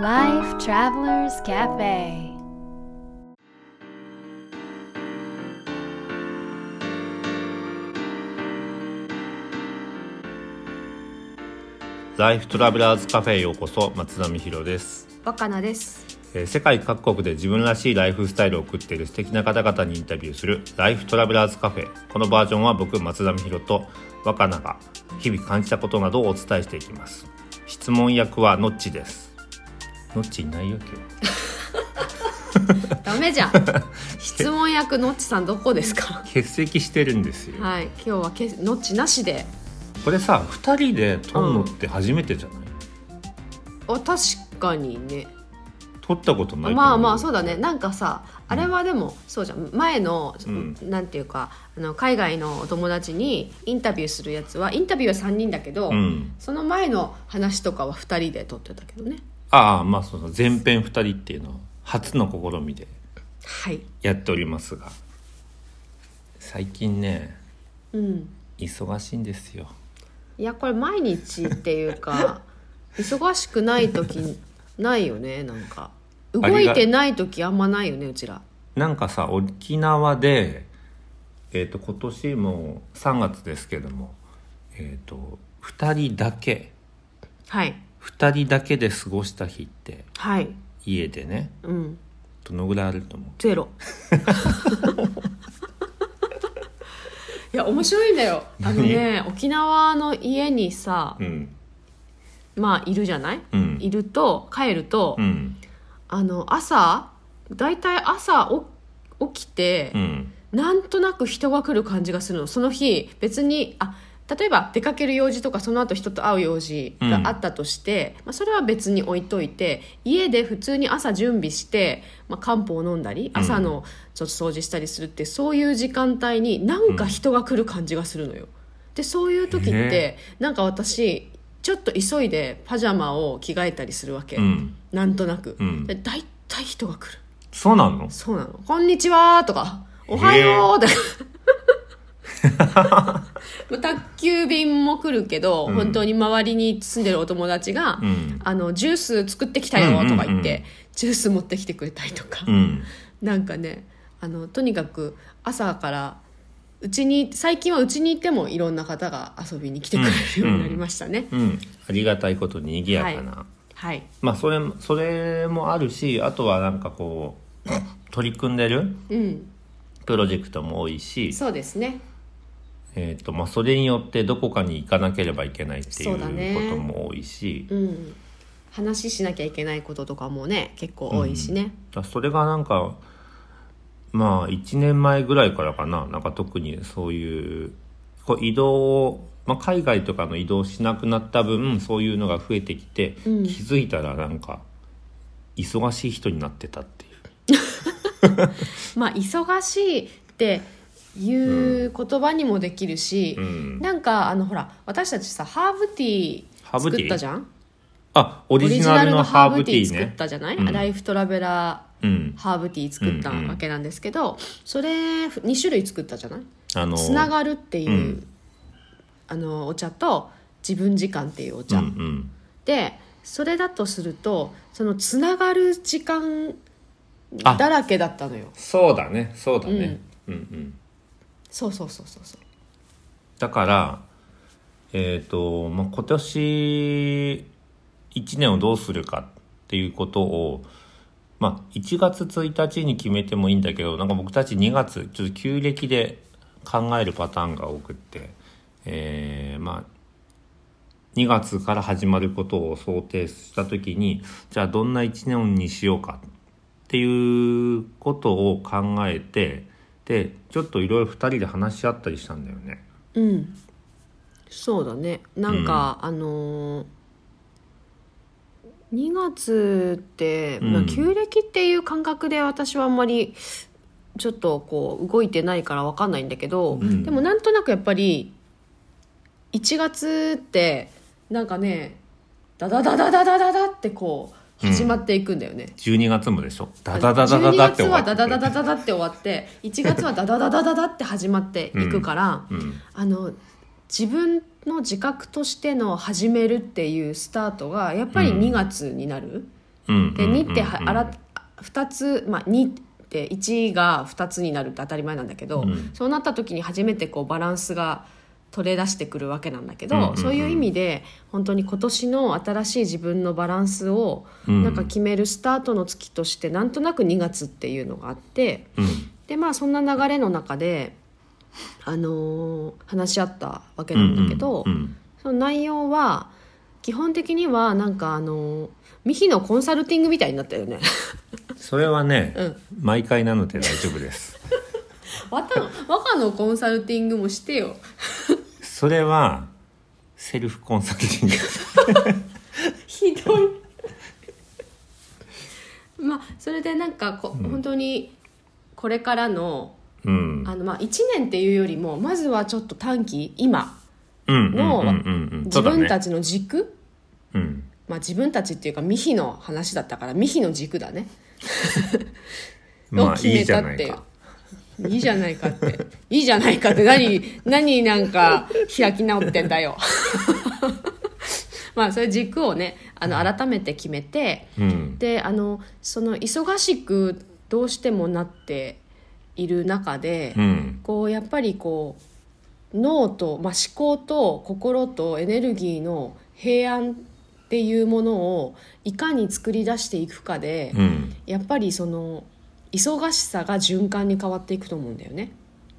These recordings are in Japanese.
Life Travelers Cafe。 ライフトラベラーズカフェへようこそ。松並博です。 若菜です。 世界各国で自分らしいライフスタイルを送っている素敵な方々にインタビューするライフトラベラーズカフェ。このバージョンは僕松並博と若菜が日々感じたことなどをお伝えしていきます。質問役はノッチです。ノッチいないよ今日。 ダメじゃん。質問役ノッチさんどこですか？ 欠席してるんですよ。 はい、今日はノッチなしで。 これさ、2人で撮るのって初めてじゃない？ 確かにね。 撮ったことないと思う。 まあそうだね。なんかさ、あれはでもそうじゃん。前の、なんていうか海外のお友達にインタビューするやつはインタビューは3人だけど、その前の話とかは2人で撮ってたけどね。 まあそう前編2人っていうのは初の試みでやっておりますが、最近ね、忙しいんですよ。 いやこれ毎日っていうか忙しくない時ないよね。なんか動いてない時あんまないよねうちら。 なんかさ、沖縄で今年も3月ですけども2人だけ2人だけで過ごした日って、家でね、どのぐらいあると思う ？0。いや面白いんだよ。沖縄の家にさ、まあいるじゃない、いると帰ると、だいたい朝起きて、なんとなく人が来る感じがするの。その日別に例えば出かける用事とかその後人と会う用事があったとして、それは別に置いといて、家で普通に朝準備して、漢方を飲んだり朝のちょっと掃除したりするって、そういう時間帯になんか人が来る感じがするのよ。でそういう時ってなんか私ちょっと急いでパジャマを着替えたりするわけ、なんとなく、でだいたい人が来る。 そうなの？ そうなの。こんにちはとかおはようとか宅急便も来るけど、本当に周りに住んでるお友達が、ジュース作ってきたよとか言って、ジュース持ってきてくれたりとか、なんかね、とにかく朝から最近はうちにいてもいろんな方が遊びに来てくれるようになりましたね。 ありがたいことに賑やかな、まあそれもあるし、あとはなんかこう取り組んでる、プロジェクトも多いし、 そうですね。 それによってどこかに行かなければいけないっていうことも多いし、 話しなきゃいけないこととかもね結構多いしね、 それがなんか1年前ぐらいからかな、なんか特にそういう移動を、海外とかの移動しなくなった分そういうのが増えてきて、気づいたらなんか忙しい人になってたっていう忙しいっていう言葉にもできるし、なんかほら私たちさハーブティー作ったじゃん。 オリジナルのハーブティーね作ったじゃない、ライフトラベラー、ハーブティー作ったわけなんですけど、それ2種類作ったじゃない、つながるっていう、お茶と自分時間っていうお茶、でそれだとするとそのつながる時間だらけだったのよ。 そうだね、そうだから今年1年をどうするかっていうことを、1月1日に決めてもいいんだけど、なんか僕たち2月ちょっと旧暦で考えるパターンが多くって、2月から始まることを想定した時に、じゃあどんな1年にしようかっていうことを考えて、でちょっといろいろ2人で話し合ったりしたんだよね。 そうだね。なんか、2月って、旧暦っていう感覚で私はあんまりちょっとこう動いてないから分かんないんだけど、でもなんとなくやっぱり1月ってなんかねダダダダダダダダってこう始まっていくんだよね。 12月もでしょ。ダダダダダダって終わって、 12月はダダダダダダって終わって1月はダダダダダダって始まっていくから、自分の自覚としての始めるっていうスタートがやっぱり2月になる、 で2って2つ、2って1が2つになるって当たり前なんだけど、そうなった時に初めてこうバランスが取れ出してくるわけなんだけど、そういう意味で本当に今年の新しい自分のバランスをなんか決めるスタートの月としてなんとなく2月っていうのがあって、でそんな流れの中で、話し合ったわけなんだけど、その内容は基本的にはなんかミヒのコンサルティングみたいになったよねそれはね、毎回なので大丈夫です若のコンサルティングもしてよそれはセルフコンサルティングひどいそれでなんか本当にこれからの、1年っていうよりもまずはちょっと短期今の自分たちの軸、自分たちっていうかミヒの話だったからミヒの軸だねを決めたっていう。いいじゃないかっていいじゃないかって何なんか開き直ってんだよそういう軸をね改めて決めて、でその忙しくどうしてもなっている中で、こうやっぱりこう脳と、思考と心とエネルギーの平安っていうものをいかに作り出していくかで、やっぱりその忙しさが循環に変わっていくと思うんだよね。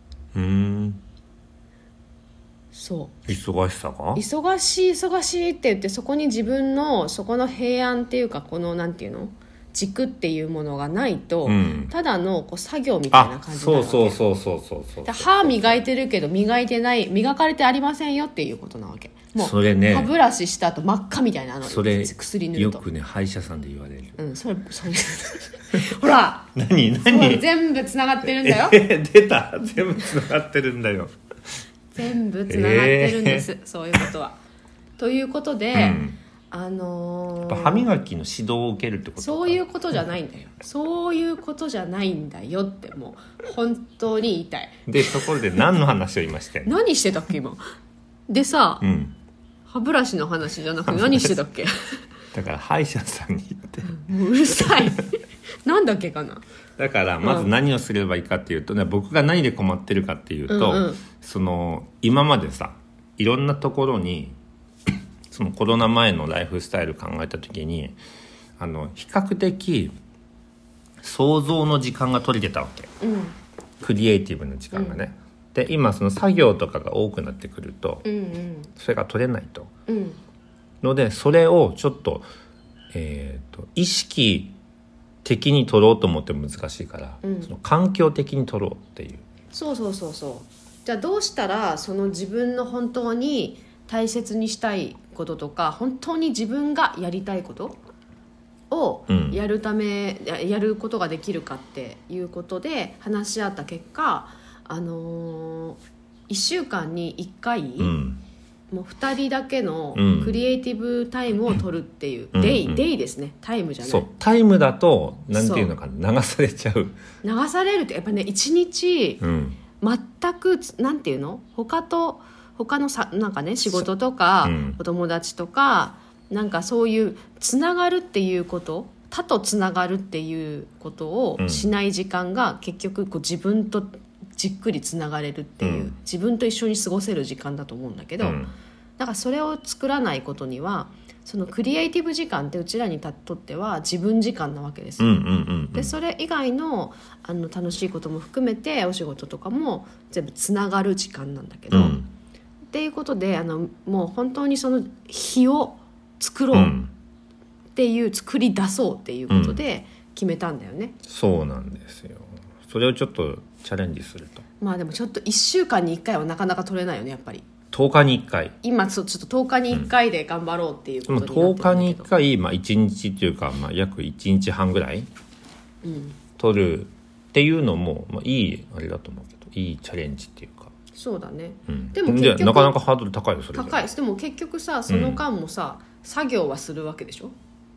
そう忙しさが忙しいって言って、そこに自分のそこの平安っていうか、このなんていうの軸っていうものがないと、ただのこう作業みたいな感じになるわけ。 そう歯磨いてるけど磨かれてありませんよっていうことなわけ。もうそれね、 歯ブラシした後真っ赤みたいなそれ薬塗るとよくね歯医者さんで言われる。 それほら何全部つながってるんだよ出た、全部つながってるんだよ全部つながってるんです、そういうことは。ということで、やっぱ歯磨きの指導を受けるってことか。 そういうことじゃないんだよ、そういうことじゃないんだよってもう本当に言いたい。 でところで何の話を今してんの何してたっけ今でさ、歯ブラシの話じゃなくて何してたっけだから歯医者さんに行ってもううるさいなんだっけかな。 だからまず何をすればいいかっていうと、僕が何で困ってるかっていうと、その今までさいろんなところにそのコロナ前のライフスタイル考えた時に比較的想像の時間が取れてたわけ、クリエイティブの時間がね、で今その作業とかが多くなってくると、それが取れないと、のでそれをちょっと、意識的に取ろうと思っても難しいから、その環境的に取ろうっていう。 そうじゃあどうしたらその自分の本当に大切にしたいこととか本当に自分がやりたいことをやるやることができるかっていうことで話し合った結果、1週間に1回、もう2人だけのクリエイティブタイムを取るっていう、デイですね、タイムじゃない。 そうタイムだとなんていうのかな、流されちゃう。 流されるってやっぱね、1日、全くなんていうの、他のなんかね、仕事とか、お友達とかなんかそういうつながるっていうこと、他とつながるっていうことをしない時間が、結局こう自分とじっくりつながれるっていう、自分と一緒に過ごせる時間だと思うんだけど、だからそれを作らないことには、そのクリエイティブ時間ってうちらにとっては自分時間なわけですよ。でそれ以外の楽しいことも含めてお仕事とかも全部つながる時間なんだけど、っていうことでもう本当にその日を作ろうっていう、作り出そうっていうことで決めたんだよね。 そうなんですよ。それをちょっとチャレンジすると。 でもちょっと1週間に1回はなかなか取れないよね、やっぱり。 10日に1回今ちょっと10日に1回で頑張ろうっていうことになってるんだけど、 10日に1回、1日っていうか、約1日半ぐらい取るっていうのも、いいあれだと思うけど、いいチャレンジっていうか。 そうだね、 でも結局なかなかハードル高いよ、それ。 高い。でも結局さ、その間もさ、作業はするわけでしょ。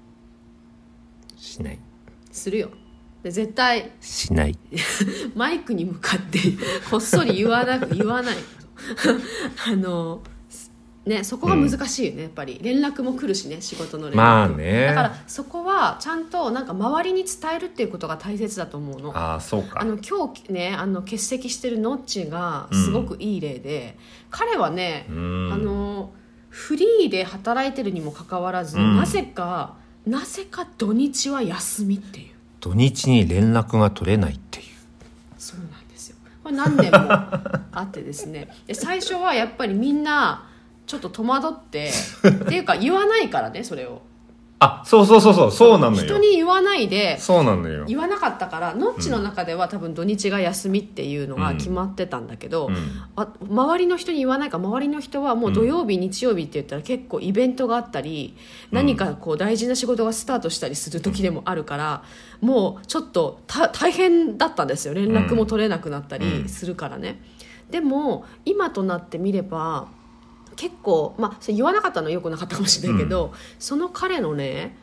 しない。 するよ。で絶対しないマイクに向かってこっそり言わないね、そこが難しいよね、やっぱり連絡も来るしね、仕事の連絡、 まあね、 だからそこはちゃんとなんか周りに伝えるっていうことが大切だと思うの。 ああそうか。 今日ね欠席してるノッチがすごくいい例で、彼はね、フリーで働いてるにもかかわらず、なぜか土日は休みっていう、 土日に連絡が取れないっていう、 そうなんですよ。これ何年もあってですねで最初はやっぱりみんなちょっと戸惑ってっていうか言わないからね、それを。 あ、そうなのよ。 人に言わないで、 そうなのよ。 言わなかったから、ノッチの中では多分土日が休みっていうのが決まってたんだけど、周りの人に言わないから、周りの人はもう土曜日、日曜日って言ったら結構イベントがあったり、何かこう大事な仕事がスタートしたりする時でもあるから、もうちょっと大変だったんですよ。連絡も取れなくなったりするからね。でも今となってみれば結構、それ言わなかったのは良くなかったかもしれないけど、その彼のね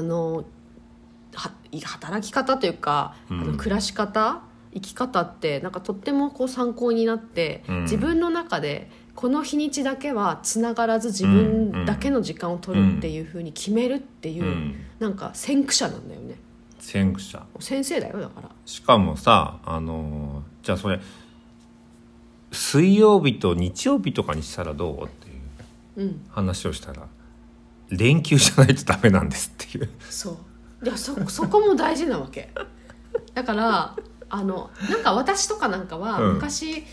働き方というか、暮らし方、生き方ってなんかとってもこう参考になって、自分の中でこの日にちだけはつながらず自分だけの時間を取るっていう風に決めるっていう、なんか先駆者なんだよね。 先駆者、 先生だよ。だからしかもさ、じゃあそれ水曜日と日曜日とかにしたらどうっていう話をしたら、連休じゃないとダメなんですっていう。 そういや、そこも大事なわけだからなんか私とかなんかは昔、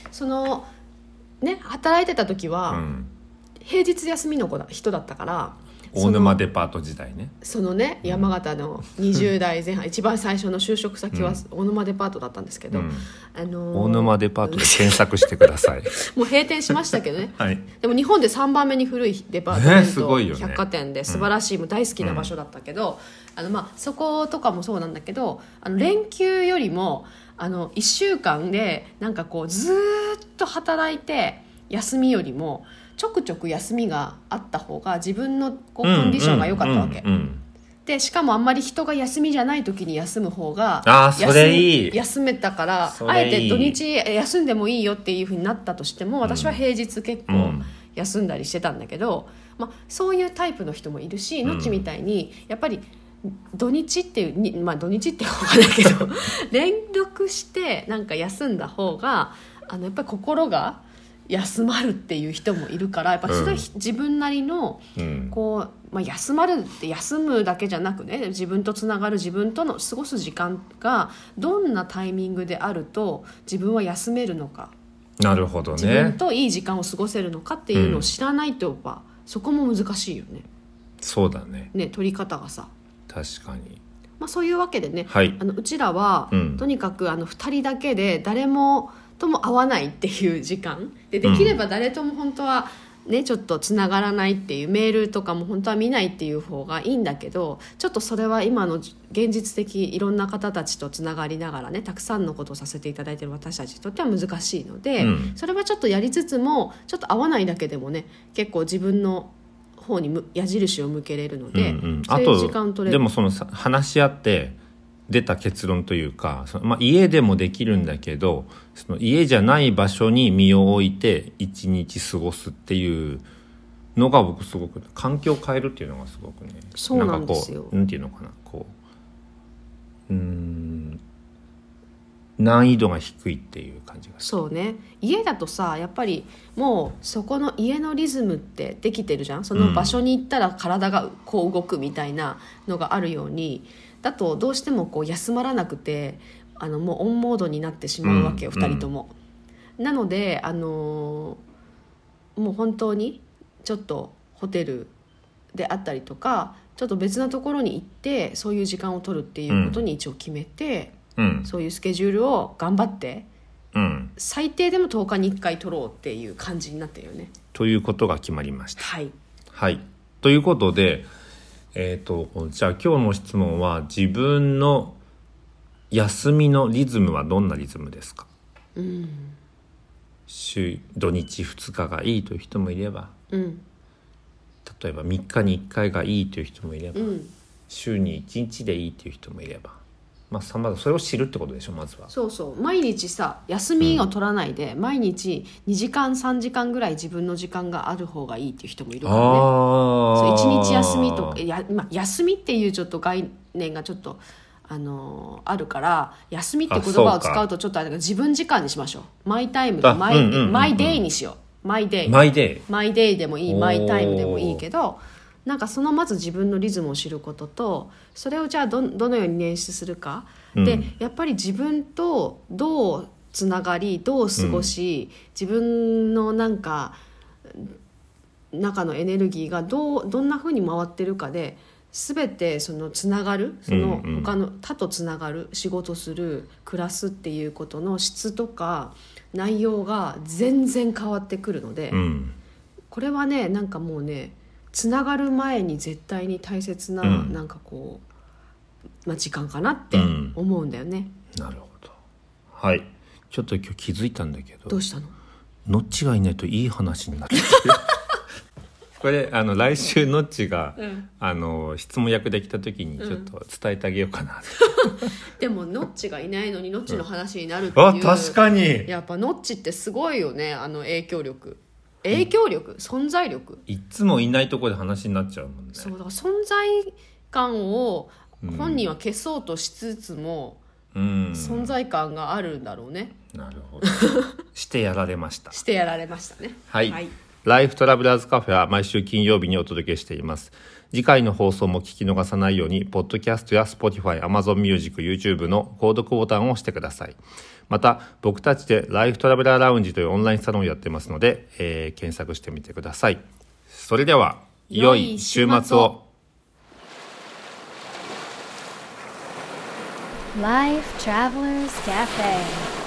働いてた時は、平日休みの人だったから、 大沼デパート時代ね、 そのね、山形の20代前半一番最初の就職先は大沼デパートだったんですけど、 大沼デパートで検索してくださいもう閉店しましたけどね、 はい、 でも日本で3番目に古いデパート、 すごいよね、 百貨店で素晴らしい、もう大好きな場所だったけど、そことかもそうなんだけど、連休よりも1週間でなんかこうずーっと働いて休みよりもちょくちょく休みがあった方が自分のこうコンディションが良かったわけ、でしかもあんまり人が休みじゃない時に休む方がそれいい、 休めたから、あえて土日休んでもいいよっていう風になったとしても、私は平日結構休んだりしてたんだけど、そういうタイプの人もいるし、のっちみたいにやっぱり土日っていう土日って方がだけど連絡してなんか休んだ方がやっぱり心が休まるっていう人もいるから、やっぱそれは自分なりのこう、休まるって休むだけじゃなくね、自分とつながる、自分との過ごす時間がどんなタイミングであると自分は休めるのか、 なるほどね、 自分といい時間を過ごせるのかっていうのを知らないとそこも難しいよね。 そうだね、 取り方がさ、 確かに。 そういうわけでね、 はい、 うちらは、とにかく2人だけで誰もとも会わないっていう時間で、できれば誰とも本当はね、ちょっとつながらないっていう、メールとかも本当は見ないっていう方がいいんだけど、ちょっとそれは今の現実的いろんな方たちとつながりながらね、たくさんのことをさせていただいている私たちにとっては難しいので、それはちょっとやりつつも、ちょっと会わないだけでもね、結構自分の方に矢印を向けれるので、そういう時間取れる。 でもその話し合って出た結論というか、家でもできるんだけど、その家じゃない場所に身を置いて一日過ごすっていうのが、僕すごく環境を変えるっていうのがすごくね、 そうなんですよ。 なんていうのかな、難易度が低いっていう感じがする。 そうね、家だとさ、やっぱりもうそこの家のリズムってできてるじゃん。その場所に行ったら体がこう動くみたいなのがあるように、だとどうしてもこう休まらなくて、もうオンモードになってしまうわけよ、2人とも。なのでもう本当にちょっとホテルであったりとか、ちょっと別なところに行ってそういう時間を取るっていうことに一応決めて、そういうスケジュールを頑張って、最低でも10日に1回取ろうっていう感じになってるよね。 ということが決まりました。 はい、 はい、ということで、じゃあ今日の質問は、自分の休みのリズムはどんなリズムですか？土日2日がいいという人もいれば、例えば3日に1回がいいという人もいれば、週に1日でいいという人もいれば、 まずそれを知るってことでしょ、まずは。 そうそう、毎日さ休みを取らないで、毎日2時間3時間ぐらい自分の時間がある方がいいっていう人もいるからね。そう1日休みとか休みっていうちょっと概念がちょっとあるから、休みって言葉を使うとちょっとあれだけど、自分時間にしましょう。マイタイムとマイデイにしよう。マイデイでもいい、マイタイムでもいいけど、なんかそのまず自分のリズムを知ることと、それをじゃあどのように捻出するか、でやっぱり自分とどうつながり、どう過ごし、自分のなんか中のエネルギーがどんな風に回ってるかで、全てそのつながる、その他の他とつながる、仕事する、暮らすっていうことの質とか内容が全然変わってくるので、これはね、なんかもうね、つながる前に絶対に大切な、なんかこう、時間かなって思うんだよね。 なるほど。はい。ちょっと今日気づいたんだけど。 どうしたの？ ノッチがいないといい話になってる。これ来週ノッチが、質問役できた時にちょっと伝えてあげようかなって、 でもノッチがいないのにノッチの話になるっていう、 確かにやっぱノッチってすごいよね。影響力、存在力、 いつもいないところで話になっちゃうもんね。 そうだから存在感を本人は消そうとしつつも、存在感があるんだろうね。 なるほど。してやられました。 してやられましたね。 はい、ライフトラベラーズカフェは毎週金曜日にお届けしています。次回の放送も聞き逃さないように、ポッドキャストや Spotify、Amazon Music、YouTube の購読ボタンを押してください。また、僕たちでライフトラベラーラウンジというオンラインサロンをやってますので、検索してみてください。それでは、良い週末を。 Life Travelers Cafe